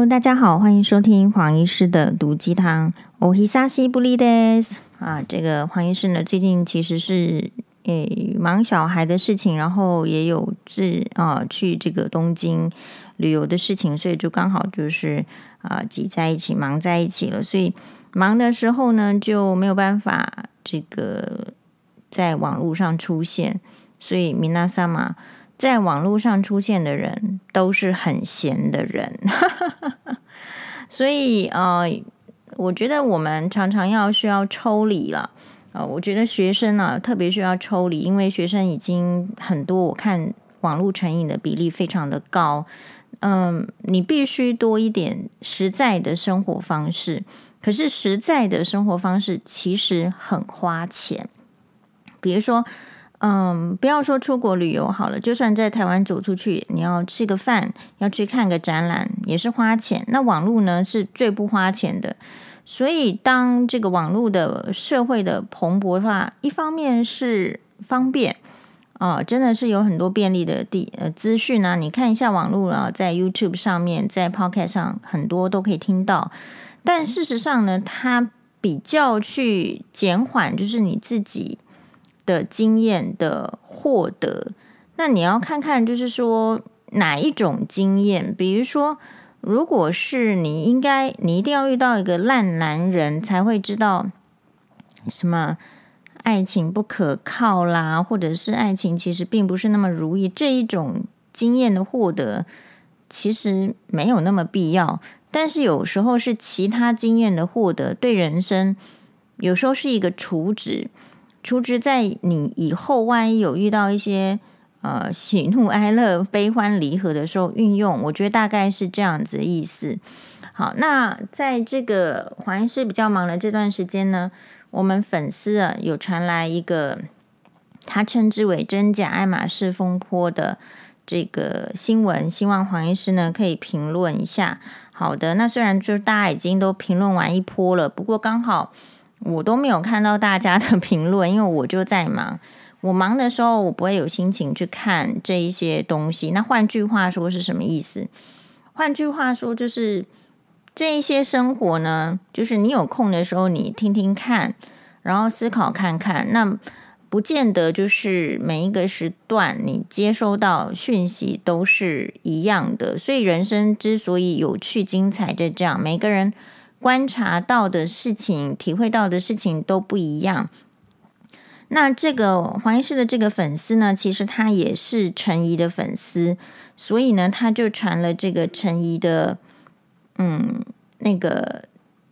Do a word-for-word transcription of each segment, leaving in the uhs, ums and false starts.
Hello， 大家好，欢迎收听黄医师的毒鸡汤。お久しぶりです啊，这个黄医师呢，最近其实是诶忙小孩的事情，然后也有自啊去这个东京旅游的事情，所以就刚好就是啊挤在一起，忙在一起了。所以忙的时候呢，就没有办法这个在网络上出现，所以皆さん在网络上出现的人都是很闲的人所以呃，我觉得我们常常要需要抽离了。呃，我觉得学生呢、啊、特别需要抽离，因为学生已经很多，我看网络成瘾的比例非常的高。嗯，你必须多一点实在的生活方式，可是实在的生活方式其实很花钱。比如说嗯，不要说出国旅游好了，就算在台湾走出去，你要吃个饭，要去看个展览，也是花钱。那网络呢是最不花钱的，所以当这个网络的社会的蓬勃的话，一方面是方便啊、呃，真的是有很多便利的地呃资讯啊，你看一下网络啊，在 YouTube 上面，在 Podcast 上很多都可以听到。但事实上呢，它比较去减缓，就是你自己的经验的获得，那你要看看就是说哪一种经验。比如说如果是你应该你一定要遇到一个烂男人才会知道什么爱情不可靠啦，或者是爱情其实并不是那么如意，这一种经验的获得其实没有那么必要。但是有时候是其他经验的获得对人生有时候是一个储值，储值在你以后万一有遇到一些呃喜怒哀乐悲欢离合的时候运用，我觉得大概是这样子的意思。好，那在这个黄医师比较忙的这段时间呢，我们粉丝啊有传来一个他称之为真假爱马仕风波的这个新闻，希望黄医师呢可以评论一下。好的，那虽然就大家已经都评论完一波了，不过刚好我都没有看到大家的评论，因为我就在忙。我忙的时候，我不会有心情去看这一些东西。那换句话说是什么意思？换句话说就是这一些生活呢，就是你有空的时候你听听看，然后思考看看。那不见得就是每一个时段你接收到讯息都是一样的。所以人生之所以有趣精彩就这样，每个人观察到的事情，体会到的事情都不一样。那这个黄医师的这个粉丝呢，其实他也是陈怡的粉丝，所以呢，他就传了这个陈怡的嗯那个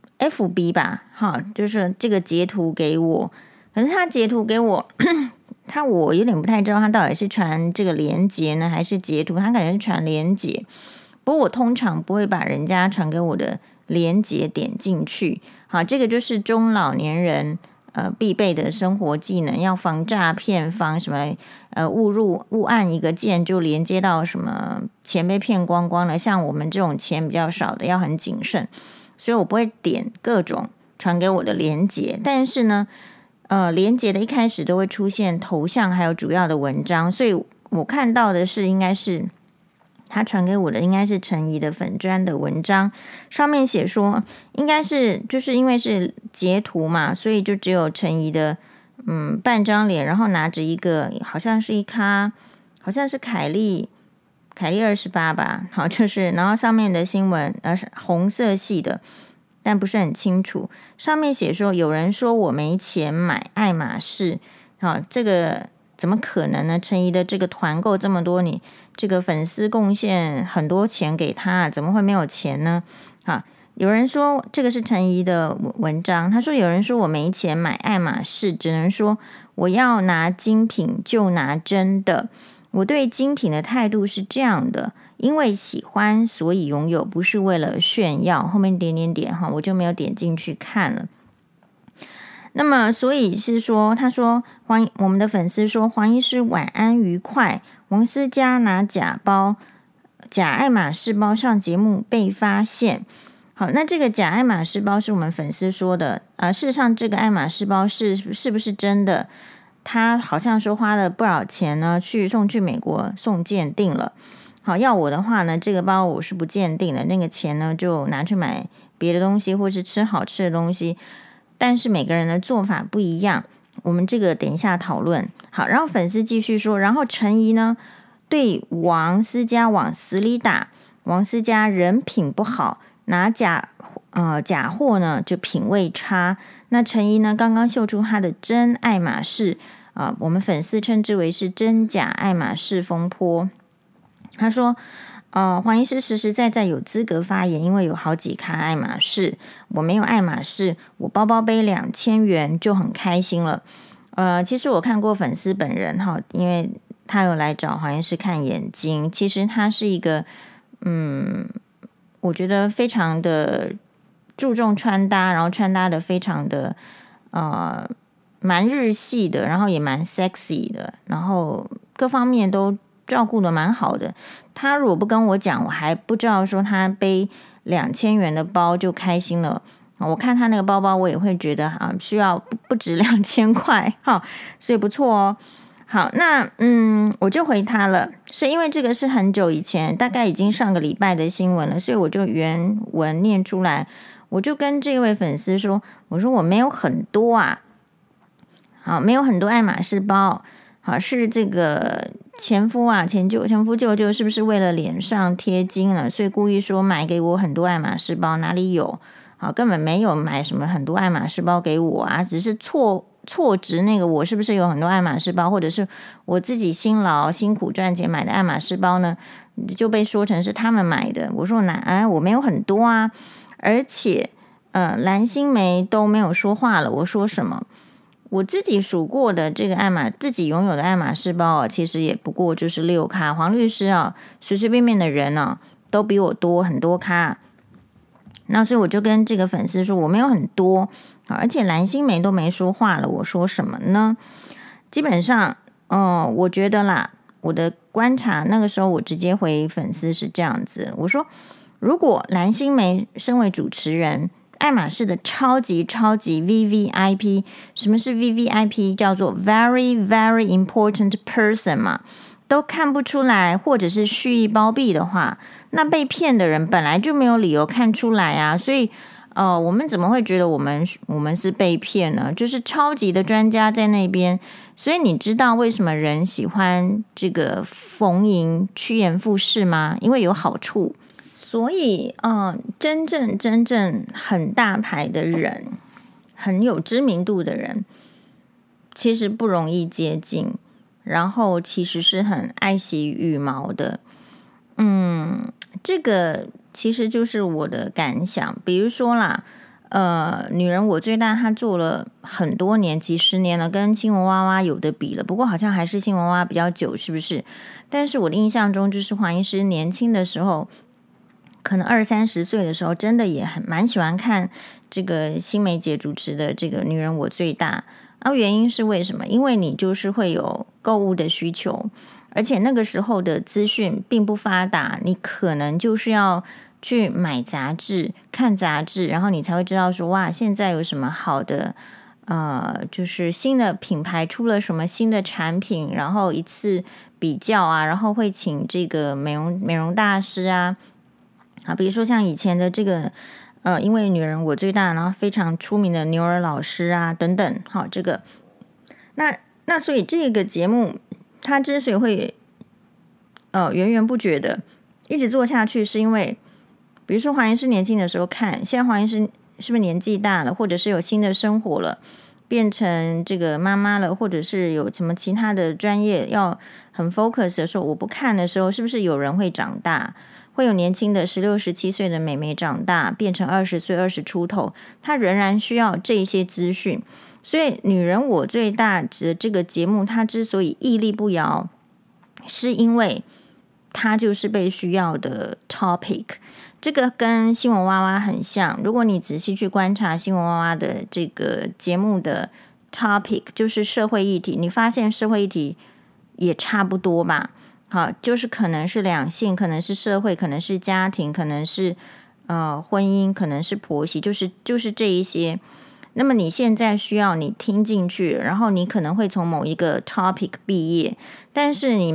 F B 吧，哈，就是这个截图给我。可是他截图给我，他我有点不太知道他到底是传这个连结呢，还是截图。他可能是传连结，不过我通常不会把人家传给我的连结点进去。好，这个就是中老年人呃必备的生活技能，要防诈骗，防什么呃误入误按一个键就连接到什么钱被骗光光了。像我们这种钱比较少的，要很谨慎，所以我不会点各种传给我的连结。但是呢，呃，连结的一开始都会出现头像，还有主要的文章，所以我看到的是应该是。他传给我的应该是陈怡的粉专的文章，上面写说应该是就是因为是截图嘛，所以就只有陈怡的嗯半张脸，然后拿着一个好像是一咖，好像是凯利凯利二十八吧，好就是然后上面的新闻呃是红色系的，但不是很清楚。上面写说有人说我没钱买爱马仕，好这个。怎么可能呢？陈怡的这个团购这么多，你这个粉丝贡献很多钱给他，怎么会没有钱呢？啊，有人说这个是陈怡的文章，他说有人说我没钱买爱马仕，只能说我要拿精品就拿真的。我对精品的态度是这样的，因为喜欢所以拥有，不是为了炫耀。后面点点点哈，我就没有点进去看了。那么，所以是说，他说黄我们的粉丝说黄医师晚安愉快。王思佳拿假包、假爱马仕包上节目被发现。好，那这个假爱马仕包是我们粉丝说的，呃，事实上这个爱马仕包是是不是真的？他好像说花了不少钱呢，去送去美国送鉴定了。 好，要我的话呢，这个包我是不鉴定的，那个钱呢就拿去买别的东西，或是吃好吃的东西。但是每个人的做法不一样，我们这个等一下讨论。好，然后粉丝继续说，然后陈怡呢对王思佳往死里打，王思佳人品不好，拿假呃假货呢就品味差。那陈怡呢刚刚秀出他的真爱马仕啊、呃，我们粉丝称之为是真假爱马仕风波。他说呃，黄医师实实在在有资格发言，因为有好几咖爱马仕，我没有爱马仕，我包包背两千元就很开心了。呃，其实我看过粉丝本人哈，因为他有来找黄医师看眼睛，其实他是一个嗯，我觉得非常的注重穿搭，然后穿搭的非常的呃蛮日系的，然后也蛮 sexy 的，然后各方面都照顾的蛮好的。他如果不跟我讲，我还不知道说他背两千元的包就开心了。我看他那个包包，我也会觉得啊，需要不不止两千块，哈，所以不错哦。好，那嗯，我就回他了，是因为这个是很久以前，大概已经上个礼拜的新闻了，所以我就原文念出来。我就跟这位粉丝说，我说我没有很多啊，好，没有很多爱马仕包。好，是这个前夫啊，前舅前夫舅舅是不是为了脸上贴金了，所以故意说买给我很多爱马仕包？哪里有？好，根本没有买什么很多爱马仕包给我啊，只是错错值那个我是不是有很多爱马仕包，或者是我自己辛劳辛苦赚钱买的爱马仕包呢？就被说成是他们买的。我说哪哎，我没有很多啊，而且呃，蓝心湄都没有说话了，我说什么？我自己数过的这个爱马自己拥有的爱马仕包啊，其实也不过就是六咖。黄律师啊，随随便便的人啊，都比我多很多咖。那所以我就跟这个粉丝说，我没有很多，而且蓝心湄都没说话了，我说什么呢？基本上，哦、呃，我觉得啦，我的观察那个时候，我直接回粉丝是这样子，我说，如果蓝心湄身为主持人，爱马仕的超级超级 V V I P， 什么是 V V I P？ 叫做 Very Very Important Person 嘛，都看不出来，或者是蓄意包庇的话，那被骗的人本来就没有理由看出来啊，所以呃，我们怎么会觉得我们我们是被骗呢？就是超级的专家在那边，所以你知道为什么人喜欢这个逢迎趋炎附势吗？因为有好处。所以，嗯，真正真正很大牌的人，很有知名度的人，其实不容易接近，然后其实是很爱惜羽毛的。嗯，这个其实就是我的感想。比如说啦，呃，女人我最大，她做了很多年，几十年了，跟新闻娃娃有的比了。不过好像还是新闻娃娃比较久，是不是？但是我的印象中，就是黄医师年轻的时候。可能二三十岁的时候，真的也很蛮喜欢看这个新梅姐主持的这个《女人我最大》啊。原因是为什么？因为你就是会有购物的需求，而且那个时候的资讯并不发达，你可能就是要去买杂志、看杂志，然后你才会知道说哇，现在有什么好的呃，就是新的品牌出了什么新的产品，然后一次比较啊，然后会请这个美容美容大师啊。啊，比如说像以前的这个，呃，因为女人我最大，然后非常出名的牛儿老师啊，等等，好，这个，那那所以这个节目它之所以会，呃，源源不绝的一直做下去，是因为，比如说黄医师年轻的时候看，现在黄医师是不是年纪大了，或者是有新的生活了，变成这个妈妈了，或者是有什么其他的专业要很 focus 的时候，我不看的时候，是不是有人会长大？会有年轻的十六、十七岁的妹妹长大，变成二十岁、二十出头，她仍然需要这些资讯。所以，女人我最大的这个节目，它之所以屹立不摇，是因为它就是被需要的 topic。这个跟新闻娃娃很像。如果你仔细去观察新闻娃娃的这个节目的 topic， 就是社会议题，你发现社会议题也差不多吧。好，就是可能是两性，可能是社会，可能是家庭，可能是呃婚姻，可能是婆媳，就是就是这一些。那么你现在需要你听进去，然后你可能会从某一个 topic 毕业，但是你没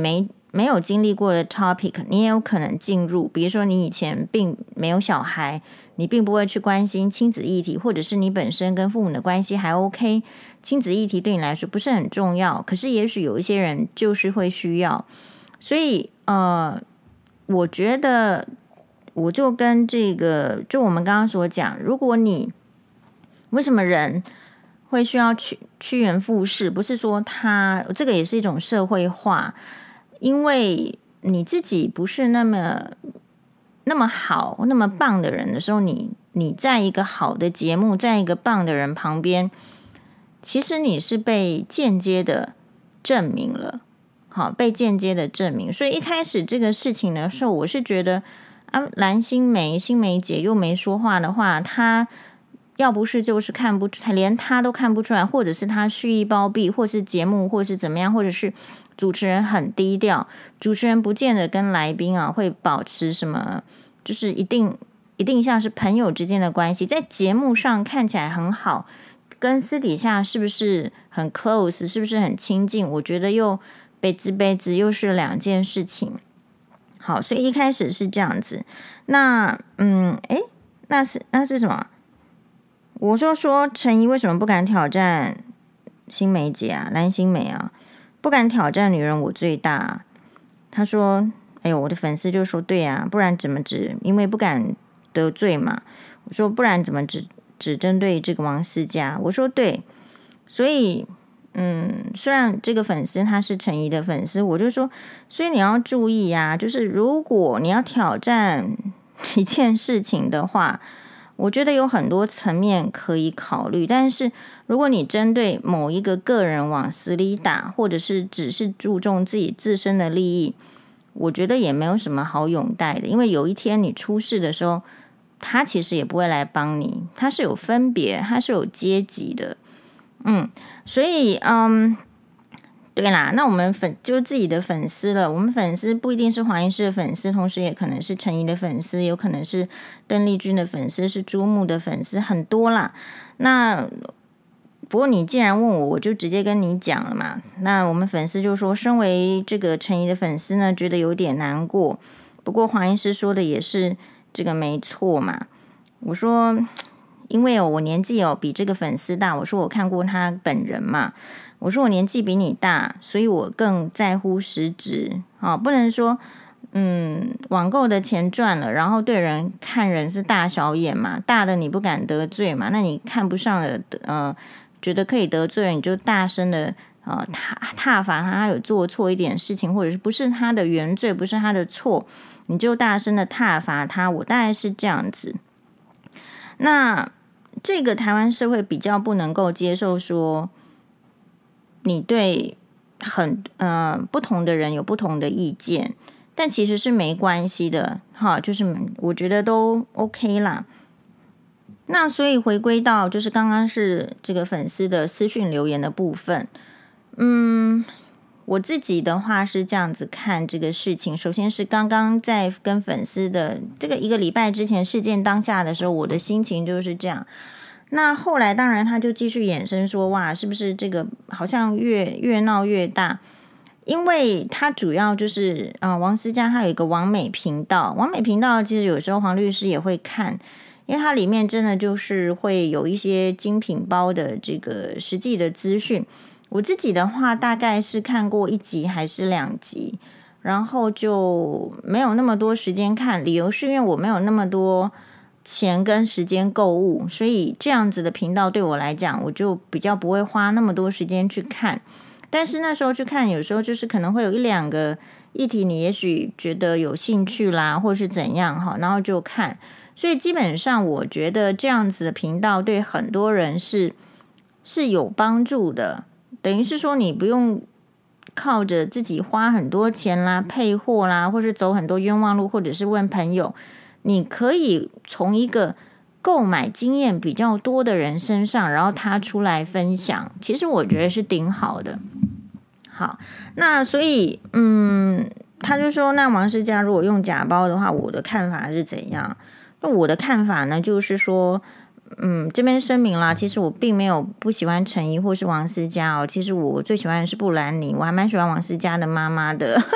没有经历过的 topic， 你也有可能进入。比如说你以前并没有小孩，你并不会去关心亲子议题，或者是你本身跟父母的关系还 OK， 亲子议题对你来说不是很重要，可是也许有一些人就是会需要。所以呃，我觉得我就跟这个，就我们刚刚所讲，如果你为什么人会需要趋趋炎附势，不是说他这个也是一种社会化，因为你自己不是那么那么好那么棒的人的时候，你你在一个好的节目，在一个棒的人旁边，其实你是被间接的证明了，好，被间接的证明。所以一开始这个事情的时候，我是觉得啊，蓝心湄心湄姐又没说话的话，她要不是就是看不出，连他都看不出来，或者是他蓄意包庇，或是节目，或是怎么样，或者是主持人很低调，主持人不见得跟来宾啊会保持什么，就是一定一定像是朋友之间的关系，在节目上看起来很好，跟私底下是不是很 close， 是不是很亲近，我觉得又杯子杯子又是两件事情。好，所以一开始是这样子。那嗯，诶，那是那是什么？我就说陈怡为什么不敢挑战新梅姐啊，蓝心湄啊，不敢挑战女人我最大啊。他说哎呦，我的粉丝就说对啊，不然怎么只因为不敢得罪嘛。我说不然怎么只只针对这个王思佳。我说对，所以嗯，虽然这个粉丝他是陈怡的粉丝，我就说所以你要注意啊，就是如果你要挑战一件事情的话，我觉得有很多层面可以考虑，但是如果你针对某一个个人往死里打，或者是只是注重自己自身的利益，我觉得也没有什么好拥戴的，因为有一天你出事的时候，他其实也不会来帮你，他是有分别，他是有阶级的，嗯，所以嗯。对啦，那我们粉就是自己的粉丝了。我们粉丝不一定是黄医师的粉丝，同时也可能是陈怡的粉丝，有可能是邓丽君的粉丝，是朱木的粉丝，很多啦。那不过你既然问我，我就直接跟你讲了嘛。那我们粉丝就说，身为这个陈怡的粉丝呢，觉得有点难过。不过黄医师说的也是这个没错嘛。我说，因为我年纪有比这个粉丝大，我说我看过他本人嘛。我说我年纪比你大，所以我更在乎实质啊，不能说嗯网购的钱赚了，然后对人看人是大小眼嘛，大的你不敢得罪嘛，那你看不上的呃觉得可以得罪人，你就大声的呃挞挞伐他，他有做错一点事情，或者是不是他的原罪，不是他的错，你就大声的挞伐他。我大概是这样子。那这个台湾社会比较不能够接受说，你对很呃不同的人有不同的意见，但其实是没关系的，哈，就是我觉得都 OK 啦。那所以回归到就是刚刚是这个粉丝的私讯留言的部分，嗯，我自己的话是这样子看这个事情。首先是刚刚在跟粉丝的这个一个礼拜之前事件当下的时候，我的心情就是这样。那后来当然他就继续衍生说，哇，是不是这个好像越越闹越大？因为他主要就是啊、呃，王思佳他有一个网美频道，网美频道其实有时候黄律师也会看，因为它里面真的就是会有一些精品包的这个实际的资讯。我自己的话大概是看过一集还是两集，然后就没有那么多时间看，理由是因为我没有那么多钱跟时间购物，所以这样子的频道对我来讲，我就比较不会花那么多时间去看。但是那时候去看，有时候就是可能会有一两个议题，你也许觉得有兴趣啦，或是怎样哈，然后就看。所以基本上，我觉得这样子的频道对很多人是是有帮助的。等于是说，你不用靠着自己花很多钱啦、配货啦，或是走很多冤枉路，或者是问朋友。你可以从一个购买经验比较多的人身上，然后他出来分享，其实我觉得是挺好的。好，那所以嗯，他就说，那王思佳如果用假包的话，我的看法是怎样？那我的看法呢，就是说，嗯，这边声明啦，其实我并没有不喜欢陈怡或是王思佳哦，其实我最喜欢的是布兰妮，我还蛮喜欢王思佳的妈妈的。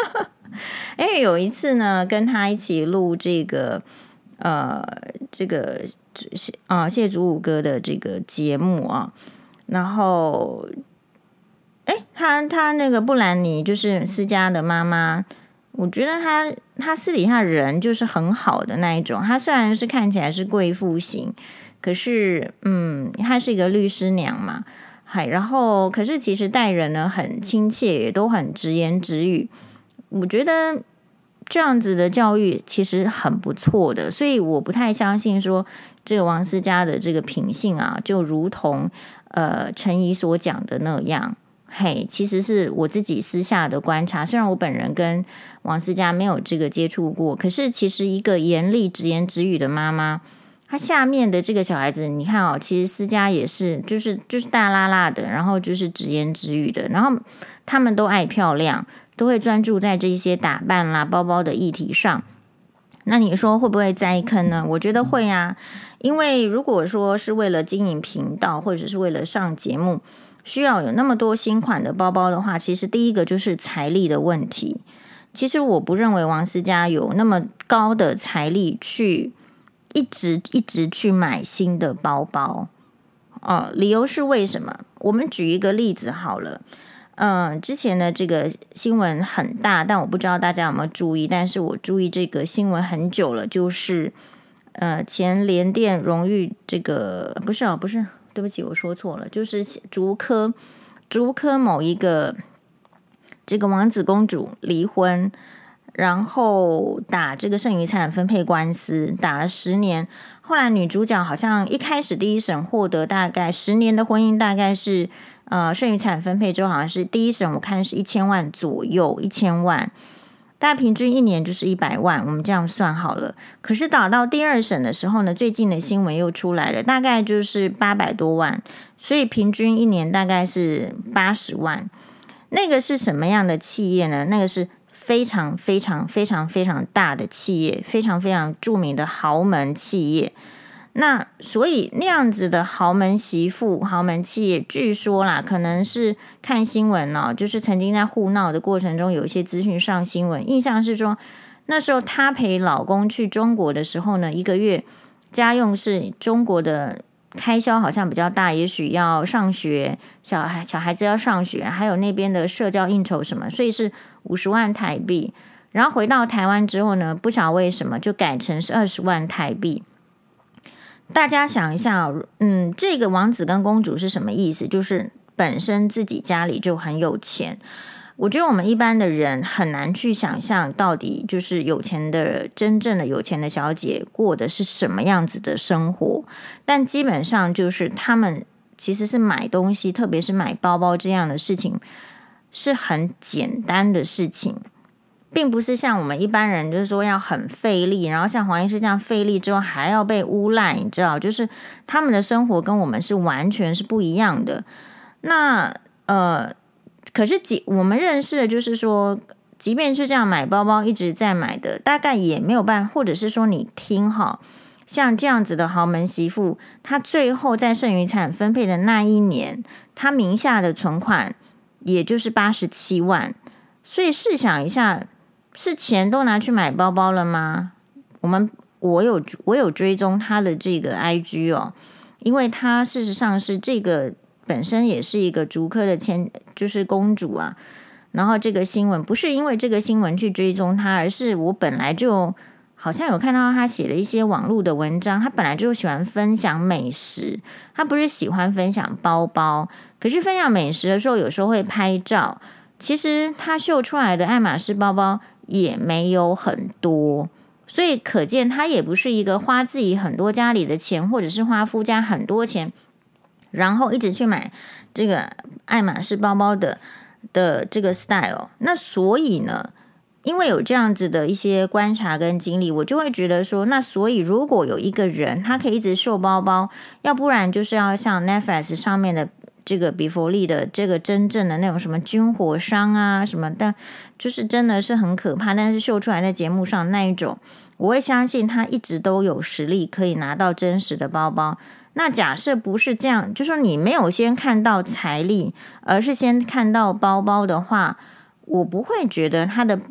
因为有一次呢，跟他一起录这个呃这个啊、呃、谢祖武哥的这个节目啊，然后哎，他他那个布兰妮就是思佳的妈妈，我觉得他他私底下人就是很好的那一种。他虽然是看起来是贵妇型，可是嗯，她是一个律师娘嘛，嗨，然后可是其实待人呢很亲切，也都很直言直语。我觉得这样子的教育其实很不错的，所以我不太相信说这个王思佳的这个品性啊，就如同呃陈怡所讲的那样。嘿，其实是我自己私下的观察，虽然我本人跟王思佳没有这个接触过，可是其实一个严厉直言直语的妈妈，她下面的这个小孩子，你看哦，其实思佳也是，就是就是大辣辣的，然后就是直言直语的，然后他们都爱漂亮，都会专注在这些打扮啦、包包的议题上。那你说会不会栽坑呢？我觉得会啊，因为如果说是为了经营频道，或者是为了上节目，需要有那么多新款的包包的话，其实第一个就是财力的问题。其实我不认为王思佳有那么高的财力去一直一直去买新的包包。哦，理由是为什么？我们举一个例子好了。嗯，之前的这个新闻很大，但我不知道大家有没有注意，但是我注意这个新闻很久了，就是呃前联电荣誉这个不是哦，不是。对不起，我说错了，就是竹科竹科某一个这个王子公主离婚，然后打这个剩余财产分配官司，打了十年。后来女主角好像一开始第一审获得大概十年的婚姻，大概是呃剩余财产分配之后，好像是第一审我看是一千万左右，一千万。大概平均一年就是一百万，我们这样算好了。可是打到第二审的时候呢，最近的新闻又出来了，大概就是八百多万，所以平均一年大概是八十万。那个是什么样的企业呢？那个是非常非常非常非常大的企业，非常非常著名的豪门企业。那所以那样子的豪门媳妇、豪门企业，据说啦，可能是看新闻哦，就是曾经在互闹的过程中，有一些资讯上新闻，印象是说那时候她陪老公去中国的时候呢，一个月家用是中国的开销好像比较大，也许要上学，小孩小孩子要上学，还有那边的社交应酬什么，所以是五十万台币。然后回到台湾之后呢，不晓得为什么就改成是二十万台币。大家想一下，嗯，这个王子跟公主是什么意思？就是本身自己家里就很有钱。我觉得我们一般的人很难去想象，到底就是有钱的真正的有钱的小姐过的是什么样子的生活。但基本上就是他们其实是买东西，特别是买包包这样的事情，是很简单的事情。并不是像我们一般人就是说要很费力，然后像黄医师这样费力之后还要被诬赖，你知道，就是他们的生活跟我们是完全是不一样的。那呃，可是即我们认识的就是说，即便是这样买包包一直在买的，大概也没有办法，或者是说你听哈，像这样子的豪门媳妇，她最后在剩余财产分配的那一年，她名下的存款也就是八十七万，所以试想一下。是钱都拿去买包包了吗？我们我有我有追踪他的这个 I G 哦，因为他事实上是这个本身也是一个竹科的签，就是公主啊。然后这个新闻不是因为这个新闻去追踪他，而是我本来就好像有看到他写的一些网络的文章，他本来就喜欢分享美食，他不是喜欢分享包包，可是分享美食的时候有时候会拍照。其实他秀出来的爱马仕包包也没有很多，所以可见他也不是一个花自己很多家里的钱，或者是花夫家很多钱，然后一直去买这个爱马仕包包的的这个 style。那所以呢，因为有这样子的一些观察跟经历，我就会觉得说，那所以如果有一个人他可以一直秀包包，要不然就是要像 Netflix 上面的这个比佛利的这个真正的那种什么军火商啊什么，但就是真的是很可怕，但是秀出来在节目上那一种，我会相信他一直都有实力可以拿到真实的包包。那假设不是这样，就说你没有先看到财力，而是先看到包包的话，我不会觉得他的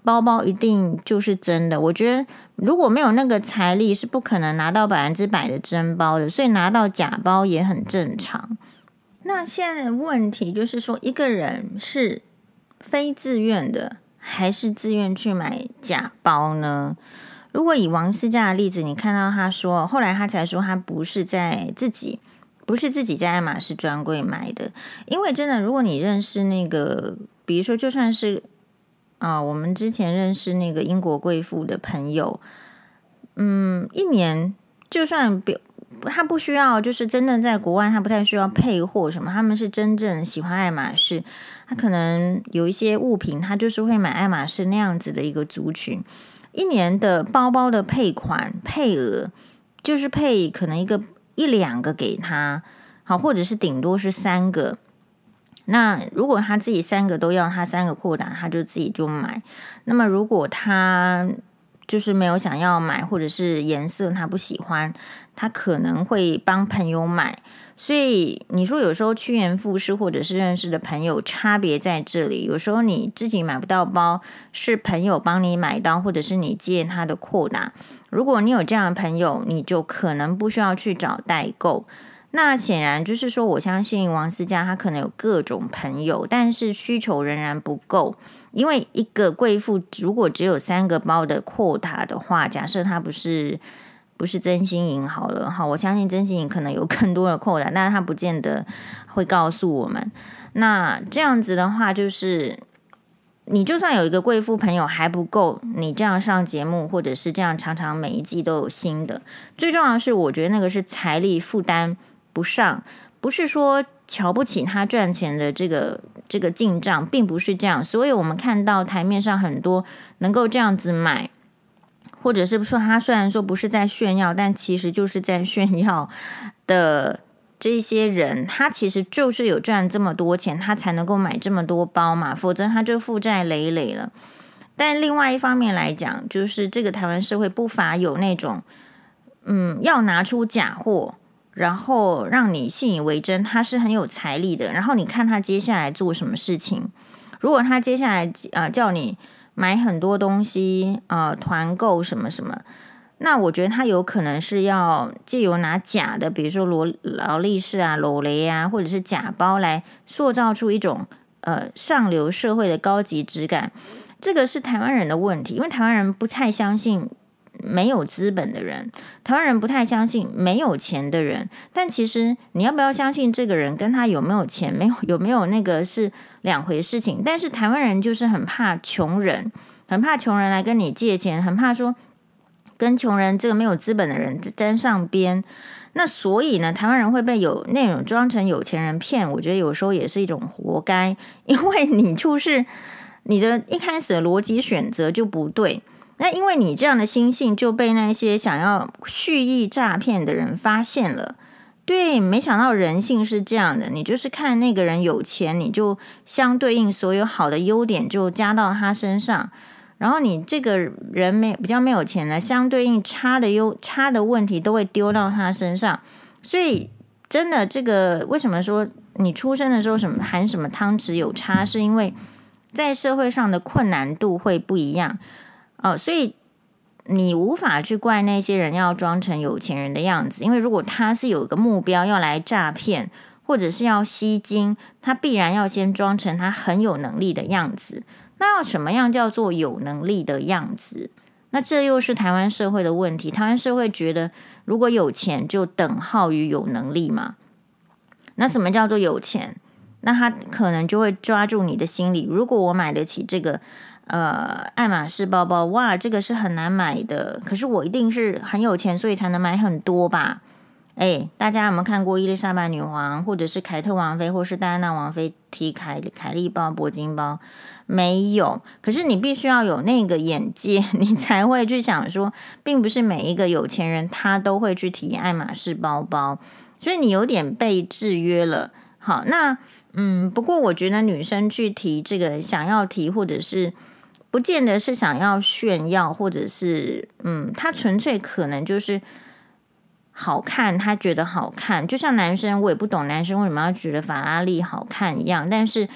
包包一定就是真的。我觉得如果没有那个财力，是不可能拿到百分之百的真包的，所以拿到假包也很正常。那现在的问题就是说，一个人是非自愿的，还是自愿去买假包呢？如果以王思佳的例子，你看到他说，后来他才说他不是在自己。不是自己在爱马仕专柜买的，因为真的，如果你认识那个，比如说，就算是啊、呃，我们之前认识那个英国贵妇的朋友，嗯，一年就算他不需要，就是真正在国外，他不太需要配货什么，他们是真正喜欢爱马仕，他可能有一些物品，他就是会买爱马仕那样子的一个族群，一年的包包的配款配额就是配可能一个。一两个给他，好，或者是顶多是三个。那如果他自己三个都要，他三个扩大，他就自己就买。那么如果他就是没有想要买，或者是颜色他不喜欢，他可能会帮朋友买。所以你说有时候趋炎附势，或者是认识的朋友，差别在这里。有时候你自己买不到包，是朋友帮你买到，或者是你借他的扩大。如果你有这样的朋友，你就可能不需要去找代购。那显然就是说，我相信王思佳他可能有各种朋友，但是需求仍然不够。因为一个贵妇如果只有三个包的扩大的话，假设他不是不是真心营好了哈，我相信真心营可能有更多的扩大，但是他不见得会告诉我们。那这样子的话，就是你就算有一个贵妇朋友还不够，你这样上节目，或者是这样常常每一季都有新的。最重要的是，我觉得那个是财力负担不上，不是说瞧不起他赚钱的这个这个进账，并不是这样。所以我们看到台面上很多能够这样子买，或者是说他虽然说不是在炫耀，但其实就是在炫耀的这些人，他其实就是有赚这么多钱，他才能够买这么多包嘛，否则他就负债累累了。但另外一方面来讲，就是这个台湾社会不乏有那种嗯，要拿出假货，然后让你信以为真，他是很有财力的。然后你看他接下来做什么事情，如果他接下来呃叫你买很多东西，呃团购什么什么，那我觉得他有可能是要借由拿假的，比如说罗劳力士啊、罗雷啊，或者是假包来塑造出一种呃上流社会的高级质感。这个是台湾人的问题，因为台湾人不太相信没有资本的人，台湾人不太相信没有钱的人。但其实你要不要相信这个人跟他有没有钱，没有有没有那个是两回事情。但是台湾人就是很怕穷人，很怕穷人来跟你借钱，很怕说跟穷人这个没有资本的人沾上边。那所以呢，台湾人会被有那种装成有钱人骗，我觉得有时候也是一种活该，因为你就是你的一开始的逻辑选择就不对。那因为你这样的心性就被那些想要蓄意诈骗的人发现了。对，没想到人性是这样的，你就是看那个人有钱，你就相对应所有好的优点就加到他身上，然后你这个人没比较没有钱呢，相对应差的优差的问题都会丢到他身上。所以真的这个为什么说你出生的时候什么含什么汤匙有差，是因为在社会上的困难度会不一样哦，所以你无法去怪那些人要装成有钱人的样子，因为如果他是有个目标要来诈骗或者是要吸金，他必然要先装成他很有能力的样子。那要什么样叫做有能力的样子？那这又是台湾社会的问题。台湾社会觉得如果有钱就等号于有能力嘛？那什么叫做有钱？那他可能就会抓住你的心理，如果我买得起这个呃爱马仕包包，哇，这个是很难买的，可是我一定是很有钱，所以才能买很多吧。哎，大家有没有看过伊丽莎白女王或者是凯特王妃或是戴安娜王妃提凯凯利包、铂金包？没有。可是你必须要有那个眼界，你才会去想说，并不是每一个有钱人他都会去提爱马仕包包，所以你有点被制约了。好，那嗯，不过我觉得女生去提这个想要提，或者是不见得是想要炫耀，或者是嗯，她纯粹可能就是好看，她觉得好看。就像男生，我也不懂男生为什么要觉得法拉利好看一样，但是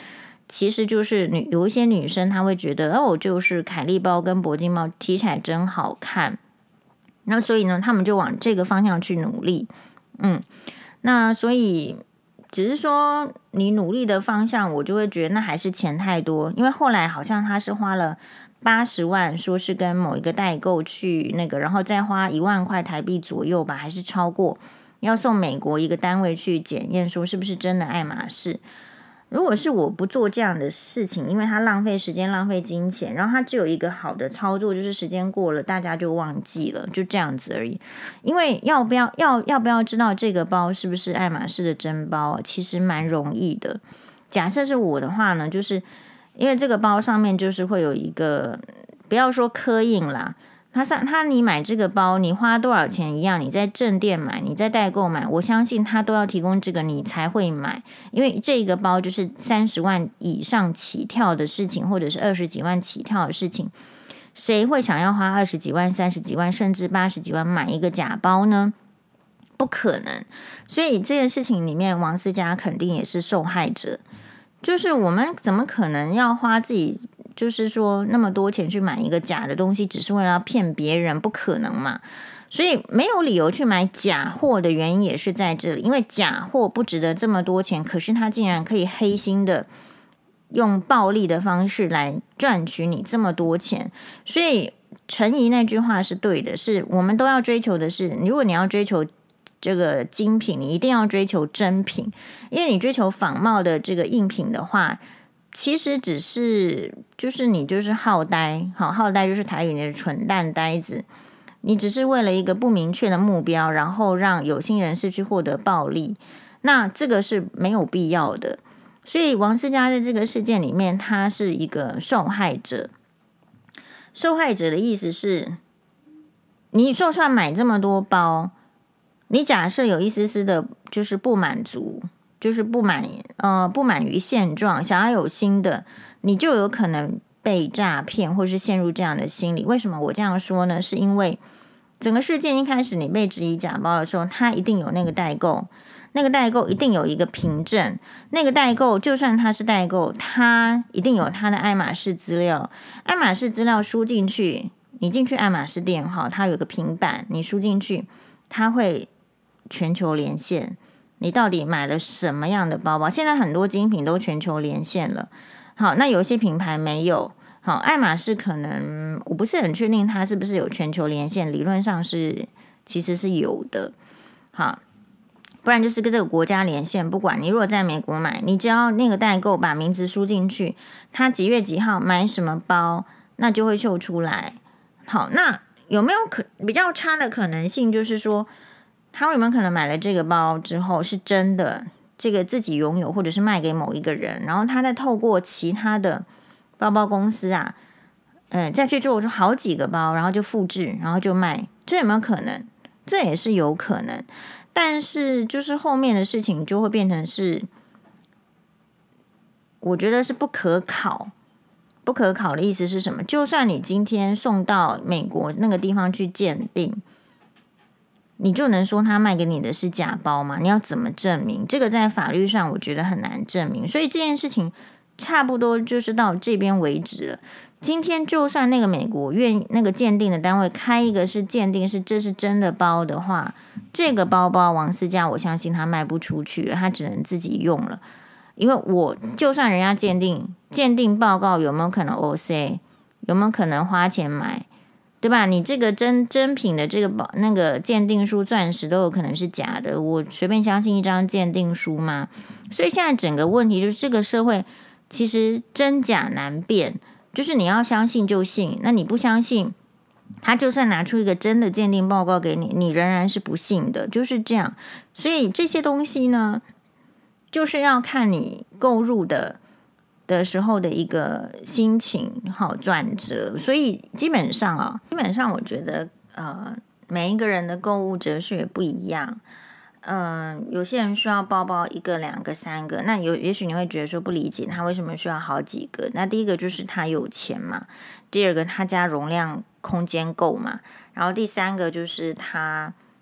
其实就是女有一些女生她会觉得哦，就是凯利包跟铂金包提起来真好看，那所以呢，他们就往这个方向去努力。嗯，那所以只是说你努力的方向，我就会觉得那还是钱太多，因为后来好像他是花了八十万，说是跟某一个代购去那个，然后再花一万块台币左右吧，还是超过，要送美国一个单位去检验，说是不是真的爱马仕。如果是我不做这样的事情，因为它浪费时间、浪费金钱，然后它只有一个好的操作，就是时间过了，大家就忘记了，就这样子而已。因为要不要要要不要知道这个包是不是爱马仕的真包，其实蛮容易的。假设是我的话呢，就是因为这个包上面就是会有一个，不要说刻印啦。他上他你买这个包，你花多少钱一样，你在正店买，你在代购买，我相信他都要提供这个，你才会买，因为这个包就是三十万以上起跳的事情，或者是二十几万起跳的事情，谁会想要花二十几万、三十几万，甚至八十几万买一个假包呢？不可能。所以这件事情里面，王思佳肯定也是受害者。就是我们怎么可能要花自己，就是说那么多钱去买一个假的东西，只是为了要骗别人？不可能嘛。所以没有理由去买假货的原因也是在这里，因为假货不值得这么多钱，可是它竟然可以黑心的用暴力的方式来赚取你这么多钱。所以陈怡那句话是对的，是我们都要追求的是，如果你要追求这个精品，你一定要追求真品，因为你追求仿冒的这个赝品的话，其实只是就是你就是好呆，好好呆就是台语的蠢蛋呆子，你只是为了一个不明确的目标，然后让有心人士去获得暴利，那这个是没有必要的。所以王思佳在这个事件里面，他是一个受害者。受害者的意思是，你就算买这么多包，你假设有一丝丝的就是不满足，就是不满呃不满于现状，想要有新的，你就有可能被诈骗，或是陷入这样的心理。为什么我这样说呢？是因为整个事件一开始你被质疑假包的时候，他一定有那个代购，那个代购一定有一个凭证，那个代购就算他是代购，他一定有他的爱马仕资料，爱马仕资料输进去，你进去爱马仕店哈，它有个平板，你输进去，它会全球连线，你到底买了什么样的包包？现在很多精品都全球连线了。好，那有些品牌没有。好，爱马仕可能我不是很确定它是不是有全球连线，理论上是其实是有的。好，不然就是跟这个国家连线。不管你如果在美国买，你只要那个代购把名字输进去，他几月几号买什么包，那就会秀出来。好，那有没有可比较差的可能性，就是说他有没有可能买了这个包之后是真的这个自己拥有，或者是卖给某一个人，然后他再透过其他的包包公司啊，嗯，再去做出好几个包，然后就复制，然后就卖，这有没有可能？这也是有可能，但是就是后面的事情就会变成是，我觉得是不可考。不可考的意思是什么？就算你今天送到美国那个地方去鉴定，你就能说他卖给你的是假包吗？你要怎么证明？这个在法律上我觉得很难证明，所以这件事情差不多就是到这边为止了。今天就算那个美国愿意那个鉴定的单位开一个是鉴定是这是真的包的话，这个包包王思佳我相信他卖不出去了，他只能自己用了。因为我就算人家鉴定鉴定报告有没有可能 O C， 有没有可能花钱买，对吧？你这个真真品的这个保那个鉴定书钻石都有可能是假的，我随便相信一张鉴定书吗？所以现在整个问题就是这个社会其实真假难辨，就是你要相信就信，那你不相信，他就算拿出一个真的鉴定报告给你，你仍然是不信的，就是这样。所以这些东西呢，就是要看你购入的的时候的一个心情好转折，所以基本上啊，基本上我觉得呃，每一个人的购物哲学不一样。嗯、呃，有些人需要包包一个、两个、三个，那有也许你会觉得说不理解他为什么需要好几个。那第一个就是他有钱嘛，第二个他家容量空间够嘛，然后第三个就是他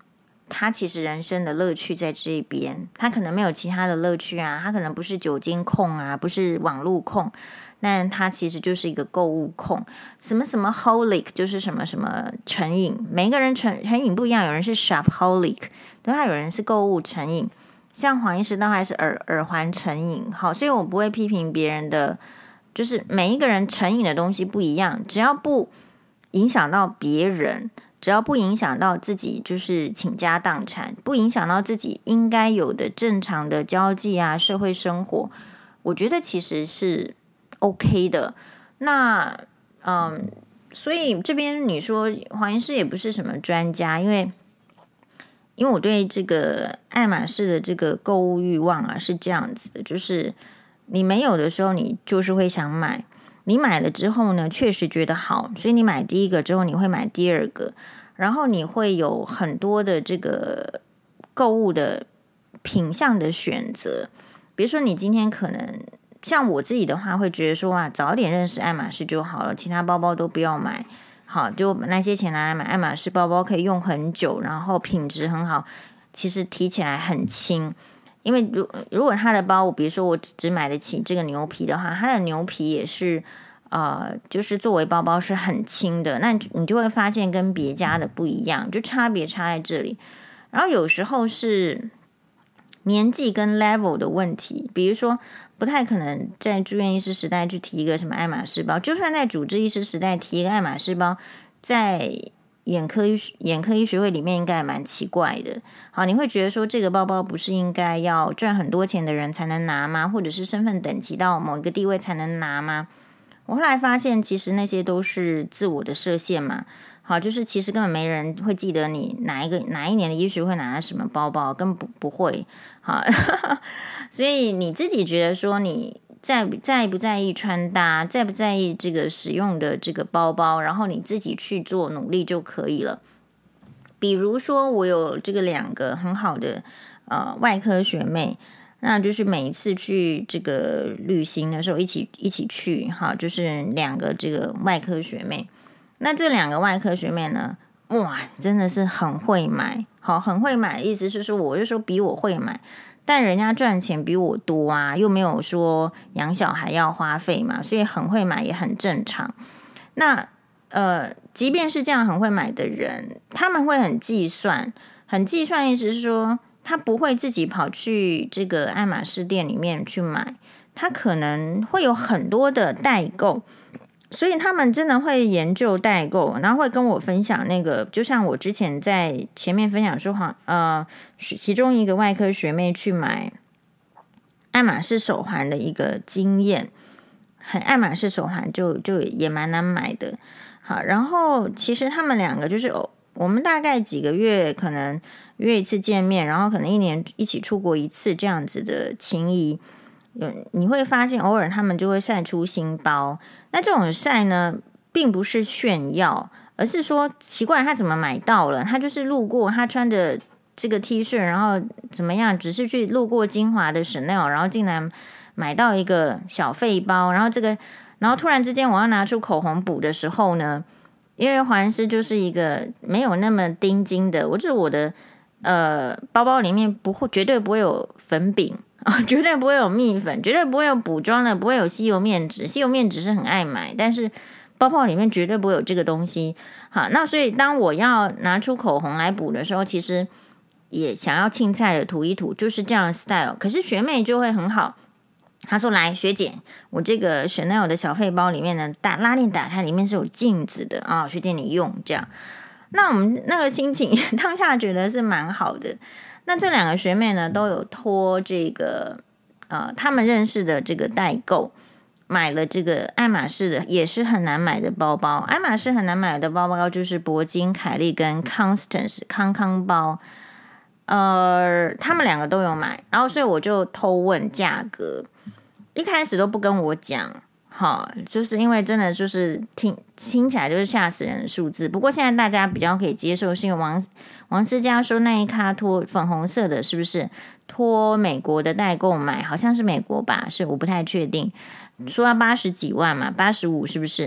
他其实人生的乐趣在这边，他可能没有其他的乐趣啊，他可能不是酒精控啊，不是网络控，但他其实就是一个购物控，什么什么 holic 就是什么什么成瘾，每一个人成成瘾不一样，有人是 shopaholic， 对，他有人是购物成瘾，像黄医师大概是耳耳环成瘾，好，所以我不会批评别人的，就是每一个人成瘾的东西不一样，只要不影响到别人，只要不影响到自己就是倾家荡产，不影响到自己应该有的正常的交际啊社会生活，我觉得其实是 OK 的。那嗯，所以这边你说黄医师也不是什么专家，因为因为我对这个爱马仕的这个购物欲望啊是这样子的，就是你没有的时候你就是会想买，你买了之后呢确实觉得好，所以你买第一个之后你会买第二个，然后你会有很多的这个购物的品项的选择。比如说你今天可能像我自己的话会觉得说哇，早点认识爱马仕就好了，其他包包都不要买，好，就那些钱拿来买爱马仕包包可以用很久，然后品质很好，其实提起来很轻。因为如如果他的包，比如说我只买得起这个牛皮的话，它的牛皮也是呃，就是作为包包是很轻的，那你就会发现跟别家的不一样，就差别差在这里。然后有时候是年纪跟 level 的问题，比如说不太可能在住院医师时代去提一个什么爱马仕包，就算在主治医师时代提一个爱马仕包，在眼科眼科医学会里面应该也蛮奇怪的。好，你会觉得说这个包包不是应该要赚很多钱的人才能拿吗？或者是身份等级到某一个地位才能拿吗？我后来发现其实那些都是自我的设限嘛。好，就是其实根本没人会记得你哪一个哪一年的医学会拿了什么包包，根本不不会。好，所以你自己觉得说你在在不在意穿搭，在不在意这个使用的这个包包，然后你自己去做努力就可以了。比如说我有这个两个很好的呃外科学妹，那就是每一次去这个旅行的时候一起一起去，哈，就是两个这个外科学妹。那这两个外科学妹呢，哇，真的是很会买，好，很会买，意思是说，我就说比我会买，但人家赚钱比我多啊，又没有说养小孩要花费嘛，所以很会买也很正常。那呃，即便是这样很会买的人，他们会很计算，很计算，意思是说，他不会自己跑去这个爱马仕店里面去买，他可能会有很多的代购。所以他们真的会研究代购，然后会跟我分享那个，就像我之前在前面分享说，呃，其中一个外科学妹去买爱马仕手环的一个经验，很爱马仕手环就就也蛮难买的。好，然后其实他们两个就是我们大概几个月可能约一次见面，然后可能一年一起出国一次这样子的情谊。有你会发现偶尔他们就会晒出新包，那这种晒呢并不是炫耀，而是说奇怪他怎么买到了，他就是路过，他穿的这个 T 恤然后怎么样，只是去路过精华的 Chanel， 然后竟然买到一个小废包，然后这个然后突然之间我要拿出口红补的时候呢，因为黄医师就是一个没有那么钉金的，我就是我的呃包包里面不会绝对不会有粉饼啊、哦，绝对不会有蜜粉，绝对不会有补妆的，不会有吸油面纸。吸油面纸是很爱买，但是包包里面绝对不会有这个东西。好，那所以当我要拿出口红来补的时候，其实也想要青菜的涂一涂，就是这样的 style。可是学妹就会很好，她说：“来，学姐，我这个 Chanel 的小废包里面呢，打拉链打开，里面是有镜子的啊、哦，学姐你用这样。”那我们那个心情当下觉得是蛮好的。那这两个学妹呢，都有托这个呃，他们认识的这个代购买了这个爱马仕的，也是很难买的包包。爱马仕很难买的包包就是铂金、凯利跟 Constance 康康包，呃，他们两个都有买，然后所以我就偷问价格，一开始都不跟我讲。好，就是因为真的就是听听起来就是吓死人的数字。不过现在大家比较可以接受，是因为王王思佳说那一卡托粉红色的，是不是托美国的代购买？好像是美国吧，是我不太确定。说要八十几万嘛，八十五是不是？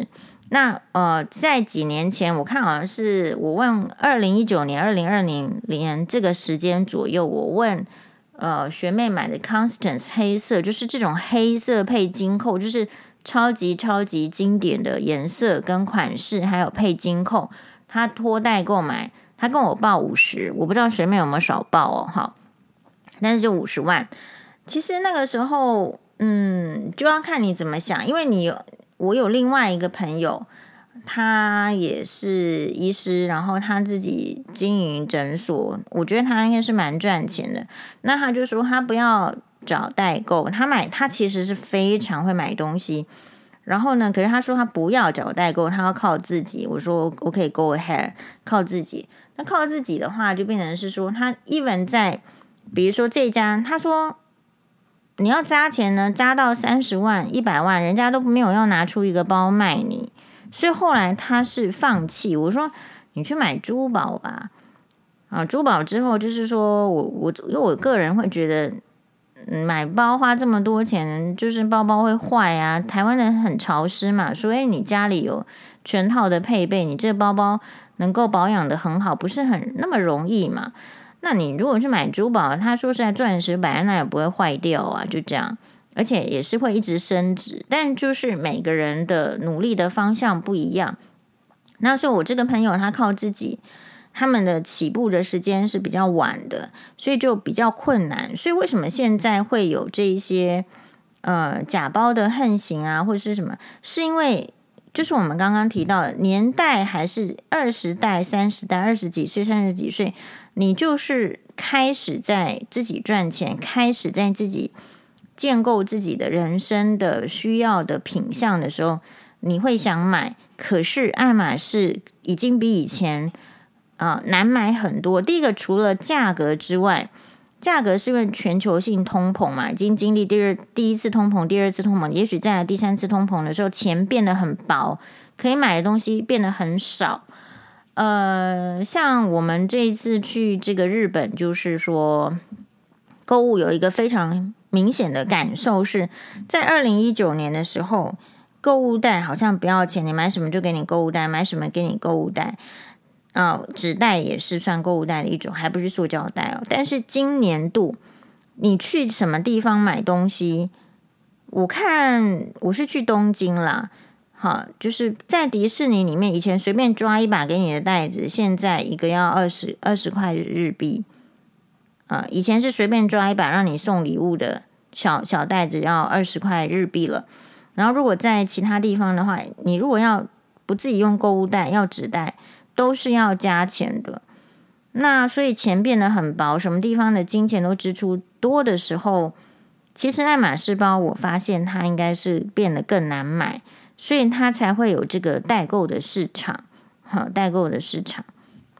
那呃，在几年前，我看好像是我问二零一九年、二零二零年这个时间左右，我问呃学妹买的 Constance 黑色，就是这种黑色配金扣，就是超级超级经典的颜色跟款式，还有配金扣，她托代购买，她跟我报五十，我不知道学妹有没有少报哦，好，但是就五十万。其实那个时候，嗯，就要看你怎么想，因为你有。我有另外一个朋友，他也是医师，然后他自己经营诊所，我觉得他应该是蛮赚钱的。那他就说他不要找代购，他买他其实是非常会买东西。然后呢，可是他说他不要找代购，他要靠自己。我说我可以 go ahead， 靠自己。那靠自己的话，就变成是说他 even 在，比如说这家，他说。你要加钱呢，加到三十万、一百万，人家都没有要拿出一个包卖你，所以后来他是放弃。我说你去买珠宝吧，啊，珠宝之后就是说我我因为我个人会觉得，嗯，买包花这么多钱，就是包包会坏啊。台湾人很潮湿嘛，所以你家里有全套的配备，你这个包包能够保养的很好，不是很那么容易嘛。那你如果是买珠宝，他说实在钻石摆在那也不会坏掉啊，就这样，而且也是会一直升值。但就是每个人的努力的方向不一样。那所以我这个朋友他靠自己，他们的起步的时间是比较晚的，所以就比较困难。所以为什么现在会有这一些呃假包的横行啊，或者是什么？是因为就是我们刚刚提到的年代还是二十代、三十代、二十几岁、三十几岁。你就是开始在自己赚钱，开始在自己建构自己的人生的需要的品项的时候，你会想买。可是爱马仕已经比以前啊、呃、难买很多。第一个，除了价格之外，价格是因为全球性通膨嘛，已经经历第二第一次通膨、第二次通膨，也许再来第三次通膨的时候，钱变得很薄，可以买的东西变得很少。呃，像我们这一次去这个日本，就是说购物有一个非常明显的感受是，在二零一九年的时候，购物袋好像不要钱，你买什么就给你购物袋，买什么给你购物袋啊、呃，纸袋也是算购物袋的一种，还不是塑胶袋哦。但是今年度你去什么地方买东西，我看我是去东京啦。好，就是在迪士尼里面，以前随便抓一把给你的袋子，现在一个要二十二十块日币。呃，以前是随便抓一把让你送礼物的小小袋子，要二十块日币了。然后如果在其他地方的话，你如果要不自己用购物袋，要纸袋，都是要加钱的。那所以钱变得很薄，什么地方的金钱都支出多的时候，其实爱马仕包我发现它应该是变得更难买。所以它才会有这个代购的市场，好，代购的市场。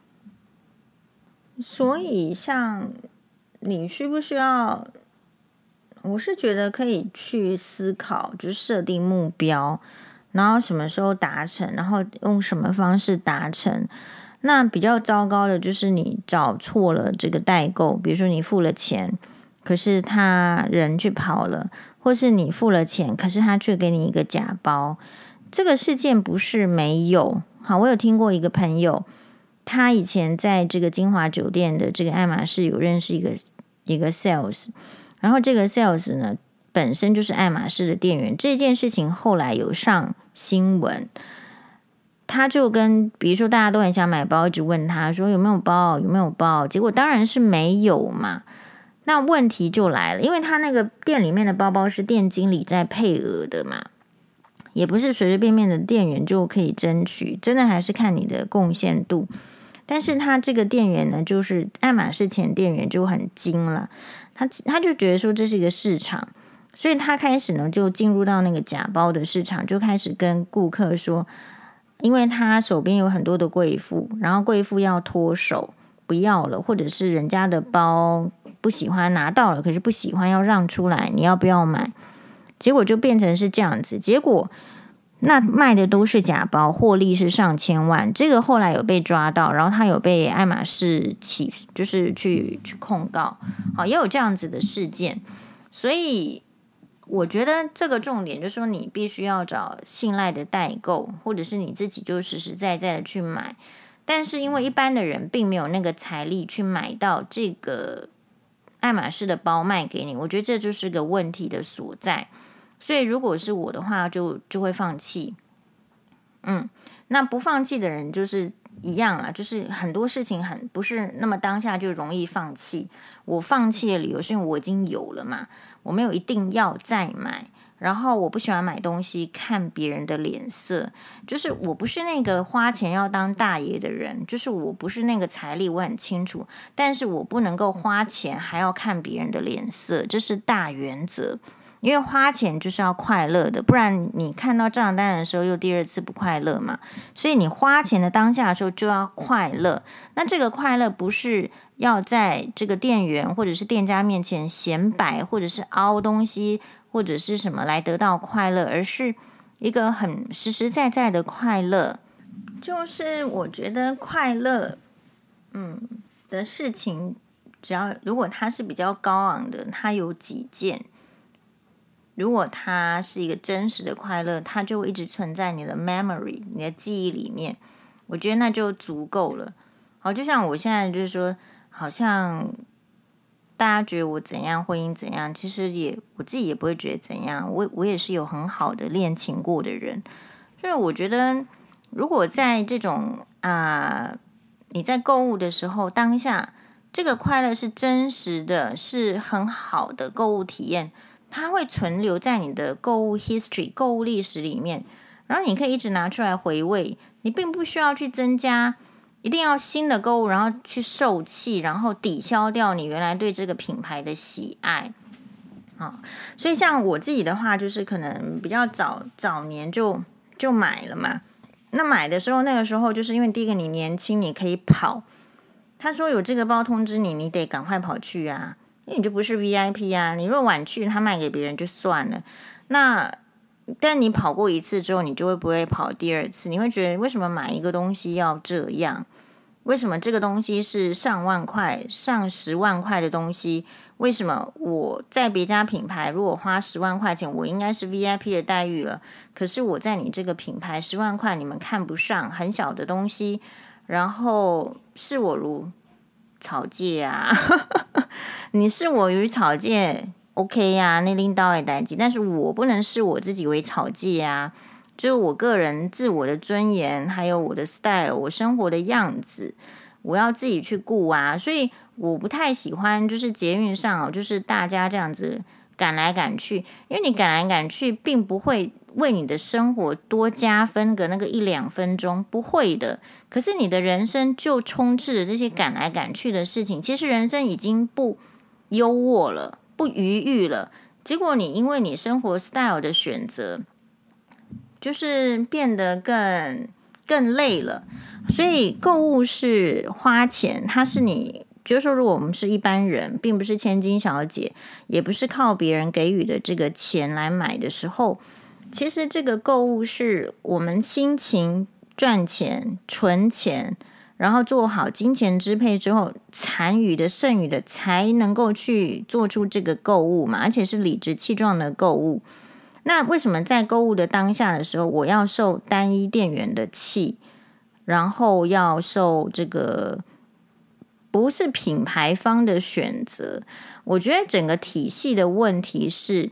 所以像你需不需要，我是觉得可以去思考，就是设定目标，然后什么时候达成，然后用什么方式达成。那比较糟糕的就是你找错了这个代购，比如说你付了钱，可是他人去跑了。或是你付了钱，可是他却给你一个假包，这个事件不是没有。好，我有听过一个朋友，他以前在这个金华酒店的这个爱马仕有认识一个一个 sales， 然后这个 sales 呢本身就是爱马仕的店员。这件事情后来有上新闻，他就跟比如说大家都很想买包，一直问他说有没有包，有没有包，结果当然是没有嘛。那问题就来了，因为他那个店里面的包包是店经理在配额的嘛，也不是随随便便的店员就可以争取，真的还是看你的贡献度。但是他这个店员呢，就是爱马仕前店员就很精了，他他就觉得说这是一个市场，所以他开始呢就进入到那个假包的市场，就开始跟顾客说，因为他手边有很多的贵妇，然后贵妇要脱手不要了，或者是人家的包不喜欢拿到了，可是不喜欢要让出来，你要不要买？结果就变成是这样子，结果那卖的都是假包，获利是上千万。这个后来有被抓到，然后他有被爱马仕起，就是去去控告，好，也有这样子的事件。所以我觉得这个重点就是说，你必须要找信赖的代购，或者是你自己就实实在在的去买。但是因为一般的人并没有那个财力去买到这个爱马仕的包卖给你，我觉得这就是个问题的所在。所以如果是我的话就，就会放弃。嗯，那不放弃的人就是一样啦，就是很多事情很不是那么当下就容易放弃。我放弃的理由是因为我已经有了嘛，我没有一定要再买。然后我不喜欢买东西看别人的脸色，就是我不是那个花钱要当大爷的人，就是我不是那个财力，我很清楚，但是我不能够花钱还要看别人的脸色，这是大原则。因为花钱就是要快乐的，不然你看到账单的时候又第二次不快乐嘛。所以你花钱的当下的时候就要快乐。那这个快乐不是要在这个店员或者是店家面前显摆，或者是凹东西，或者是什么来得到快乐，而是一个很实实在在的快乐。就是我觉得快乐，嗯的事情，只要如果它是比较高昂的，它有几件。如果它是一个真实的快乐，它就会一直存在你的 memory 你的记忆里面，我觉得那就足够了。好，就像我现在就是说，好像大家觉得我怎样，婚姻怎样，其实也我自己也不会觉得怎样。我我也是有很好的恋情过的人，所以我觉得如果在这种啊、呃、你在购物的时候，当下这个快乐是真实的，是很好的购物体验。它会存留在你的购物 history 购物历史里面，然后你可以一直拿出来回味。你并不需要去增加一定要新的购物，然后去受气，然后抵消掉你原来对这个品牌的喜爱。好，所以像我自己的话，就是可能比较早早年就就买了嘛。那买的时候，那个时候就是因为第一个你年轻，你可以跑。他说有这个包通知你，你得赶快跑去啊。因为你就不是 V I P 啊，你若晚去，他卖给别人就算了。那但你跑过一次之后，你就会不会跑第二次？你会觉得为什么买一个东西要这样？为什么这个东西是上万块、上十万块的东西？为什么我在别家品牌如果花十万块钱，我应该是 V I P 的待遇了？可是我在你这个品牌十万块，你们看不上，很小的东西，然后视我如草芥啊！你视我于草芥 OK 呀、啊，那拎刀也代际，但是我不能视我自己为草芥啊！就是我个人自我的尊严，还有我的 style， 我生活的样子，我要自己去顾啊！所以我不太喜欢，就是捷运上，就是大家这样子赶来赶去，因为你赶来赶去，并不会为你的生活多加分个那个一两分钟，不会的。可是你的人生就充斥着这些赶来赶去的事情，其实人生已经不优渥了，不愉悦了。结果你因为你生活 style 的选择，就是变得更更累了。所以购物是花钱，它是你。就是说，如果我们是一般人，并不是千金小姐，也不是靠别人给予的这个钱来买的时候，其实这个购物是我们辛勤赚钱、存钱，然后做好金钱支配之后，残余的、剩余的才能够去做出这个购物嘛，而且是理直气壮的购物。那为什么在购物的当下的时候，我要受单一店员的气，然后要受这个不是品牌方的选择？我觉得整个体系的问题是，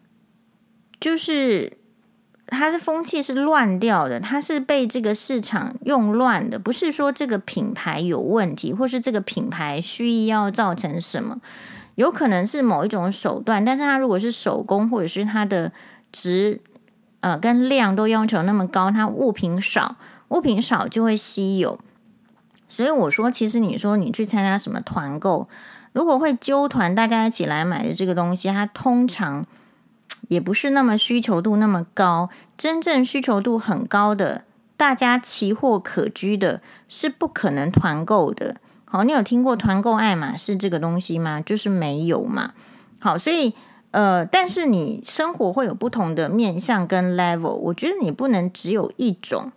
就是它是风气是乱掉的，它是被这个市场用乱的，不是说这个品牌有问题，或是这个品牌蓄意要造成什么，有可能是某一种手段，但是它如果是手工，或者是它的值呃跟量都要求那么高，它物品少，物品少就会稀有。所以我说，其实你说你去参加什么团购，如果会揪团大家一起来买的这个东西，它通常也不是那么需求度那么高。真正需求度很高的，大家奇货可居的，是不可能团购的。好，你有听过团购爱马仕这个东西吗？就是没有嘛。好，所以呃，但是你生活会有不同的面向跟 level， 我觉得你不能只有一种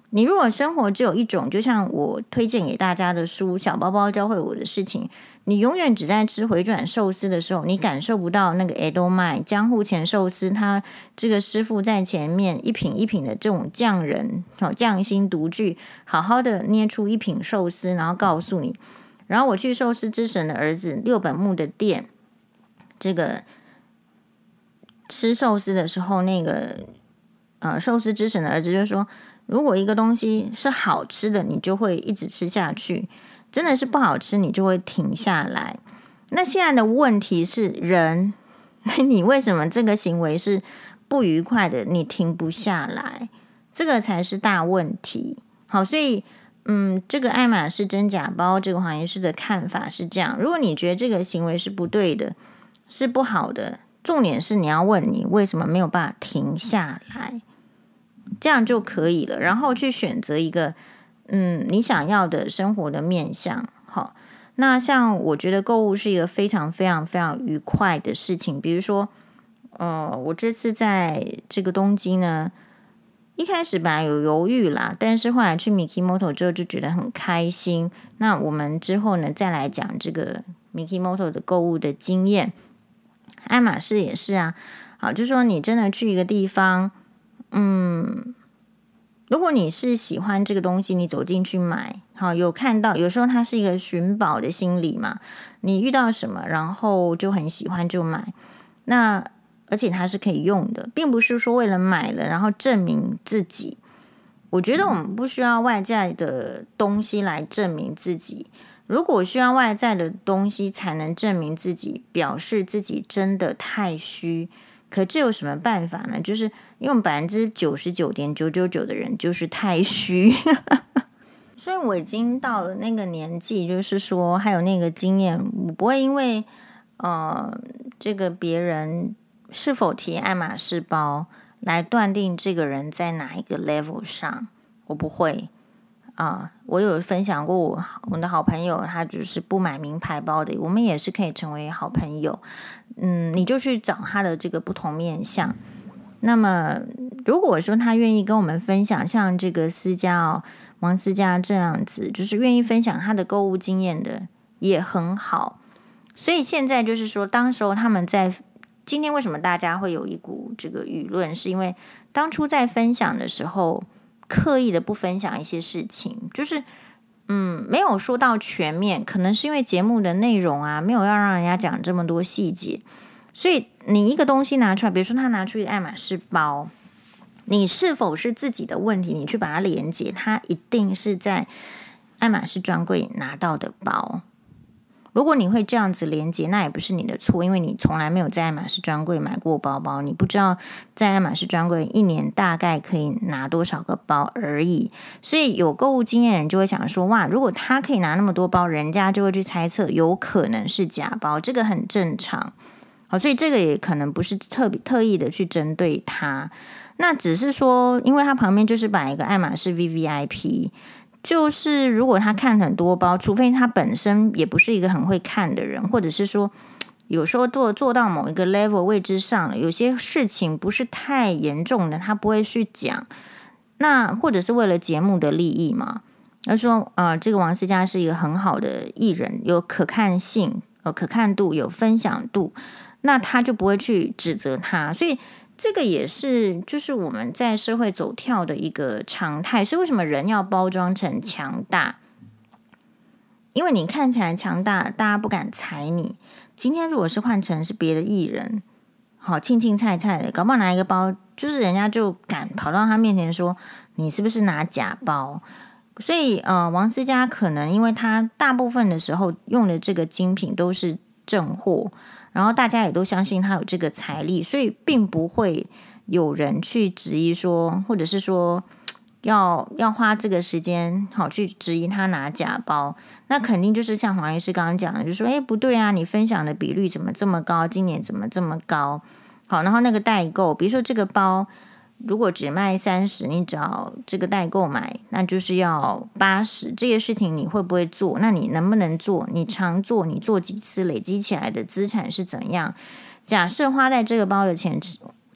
你如果生活只有一种，就像我推荐给大家的书《小包包教会我的事情》，你永远只在吃回转寿司的时候，你感受不到那个 Edo Mai 江户前寿司，他这个师傅在前面一品一品的这种匠人，好匠心独具，好好的捏出一品寿司，然后告诉你。然后我去寿司之神的儿子六本木的店，这个吃寿司的时候，那个呃寿司之神的儿子就说，如果一个东西是好吃的，你就会一直吃下去，真的是不好吃，你就会停下来。那现在的问题是人，你为什么这个行为是不愉快的，你停不下来，这个才是大问题。好，所以嗯，这个爱马仕真假包，这个黄医师的看法是这样，如果你觉得这个行为是不对的，是不好的，重点是你要问你为什么没有办法停下来，这样就可以了，然后去选择一个嗯你想要的生活的面向。好，那像我觉得购物是一个非常非常非常愉快的事情，比如说呃，我这次在这个东京呢，一开始本来有犹豫啦，但是后来去 Mikimoto 之后就觉得很开心。那我们之后呢再来讲这个 Mikimoto 的购物的经验。爱马仕也是啊，好，就说你真的去一个地方，嗯，如果你是喜欢这个东西，你走进去买，好，有看到，有时候它是一个寻宝的心理嘛，你遇到什么，然后就很喜欢就买，那而且它是可以用的，并不是说为了买了然后证明自己。我觉得我们不需要外在的东西来证明自己，如果需要外在的东西才能证明自己，表示自己真的太虚。可这有什么办法呢？就是因为我们百分之九十九点九九九的人就是太虚，所以我已经到了那个年纪，就是说还有那个经验，我不会因为呃这个别人是否提爱马仕包来断定这个人在哪一个 level 上，我不会啊、呃。我有分享过我我的好朋友，他就是不买名牌包的，我们也是可以成为好朋友。嗯，你就去找他的这个不同面向。那么如果说他愿意跟我们分享，像这个思佳哦，王思佳这样子，就是愿意分享他的购物经验的，也很好。所以现在就是说，当时候他们在今天为什么大家会有一股这个舆论，是因为当初在分享的时候，刻意的不分享一些事情，就是嗯，没有说到全面，可能是因为节目的内容啊，没有要让人家讲这么多细节，所以你一个东西拿出来，比如说他拿出一个爱马仕包，你是否是自己的问题，你去把它连接，它一定是在爱马仕专柜拿到的包。如果你会这样子连接，那也不是你的错，因为你从来没有在爱马仕专柜买过包包，你不知道在爱马仕专柜一年大概可以拿多少个包而已。所以有购物经验的人就会想说，哇，如果他可以拿那么多包，人家就会去猜测有可能是假包，这个很正常。好，所以这个也可能不是特别特意的去针对他，那只是说，因为他旁边就是摆一个爱马仕 V V I P。就是如果他看很多包，除非他本身也不是一个很会看的人，或者是说有时候做做到某一个 level 位置上了，有些事情不是太严重的，他不会去讲。那或者是为了节目的利益嘛，他说呃，这个王思佳是一个很好的艺人，有可看性、有可看度、有分享度，那他就不会去指责他，所以。这个也是就是我们在社会走跳的一个常态，所以为什么人要包装成强大？因为你看起来强大，大家不敢踩你。今天如果是换成是别的艺人，好青青菜菜的，搞不好拿一个包，就是人家就敢跑到他面前说你是不是拿假包？所以呃，王思佳可能因为他大部分的时候用的这个精品都是正货。然后大家也都相信他有这个财力，所以并不会有人去质疑说，或者是说要要花这个时间好去质疑他拿假包。那肯定就是像黄医师刚刚讲的，就说哎不对啊，你分享的比率怎么这么高？今年怎么这么高？好，然后那个代购，比如说这个包如果只卖三十，你找这个代购买，那就是要八十。这些事情你会不会做？那你能不能做？你常做，你做几次，累积起来的资产是怎样？假设花在这个包的钱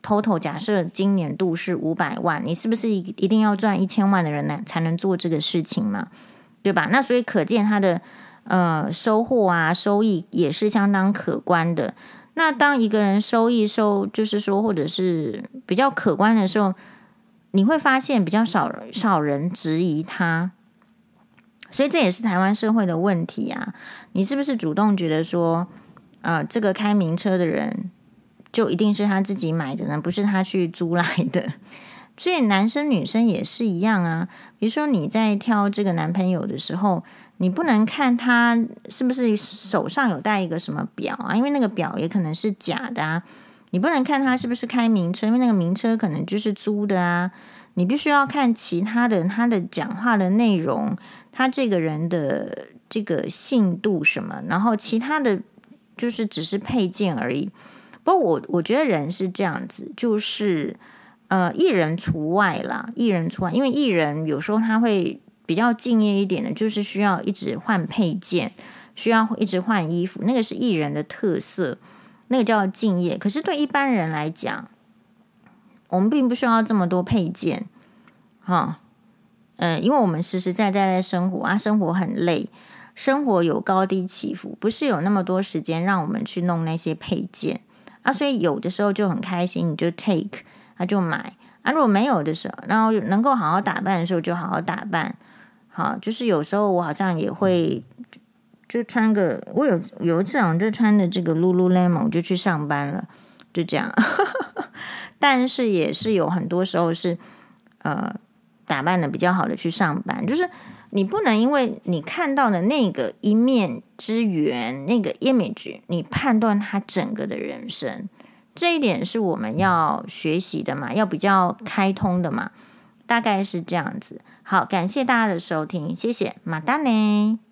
total 假设今年度是五百万，你是不是一定要赚一千万的人呢才能做这个事情嘛？对吧？那所以可见他的呃收获啊收益也是相当可观的。那当一个人收益收就是说或者是比较可观的时候，你会发现比较少少人质疑他。所以这也是台湾社会的问题啊！你是不是主动觉得说，呃，这个开名车的人就一定是他自己买的呢？不是他去租来的。所以男生女生也是一样啊。比如说你在挑这个男朋友的时候，你不能看他是不是手上有带一个什么表啊，因为那个表也可能是假的啊。你不能看他是不是开名车，因为那个名车可能就是租的啊。你必须要看其他的他的讲话的内容，他这个人的这个信度什么，然后其他的就是只是配件而已。不过我我觉得人是这样子，就是呃艺人除外啦，艺人除外，因为艺人有时候他会比较敬业一点的，就是需要一直换配件，需要一直换衣服，那个是艺人的特色，那个叫敬业。可是对一般人来讲，我们并不需要这么多配件，哈，嗯、呃，因为我们实实在在在生活啊，生活很累，生活有高低起伏，不是有那么多时间让我们去弄那些配件啊，所以有的时候就很开心，你就 take 啊就买啊，如果没有的时候，然后能够好好打扮的时候就好好打扮，好，就是有时候我好像也会就穿个，我有有一次好像就穿的这个 Lululemon 我就去上班了，就这样。但是也是有很多时候是呃打扮的比较好的去上班，就是你不能因为你看到的那个一面之缘那个 image， 你判断他整个的人生，这一点是我们要学习的嘛，要比较开通的嘛，大概是这样子。好，感谢大家的收听，谢谢，马达呢。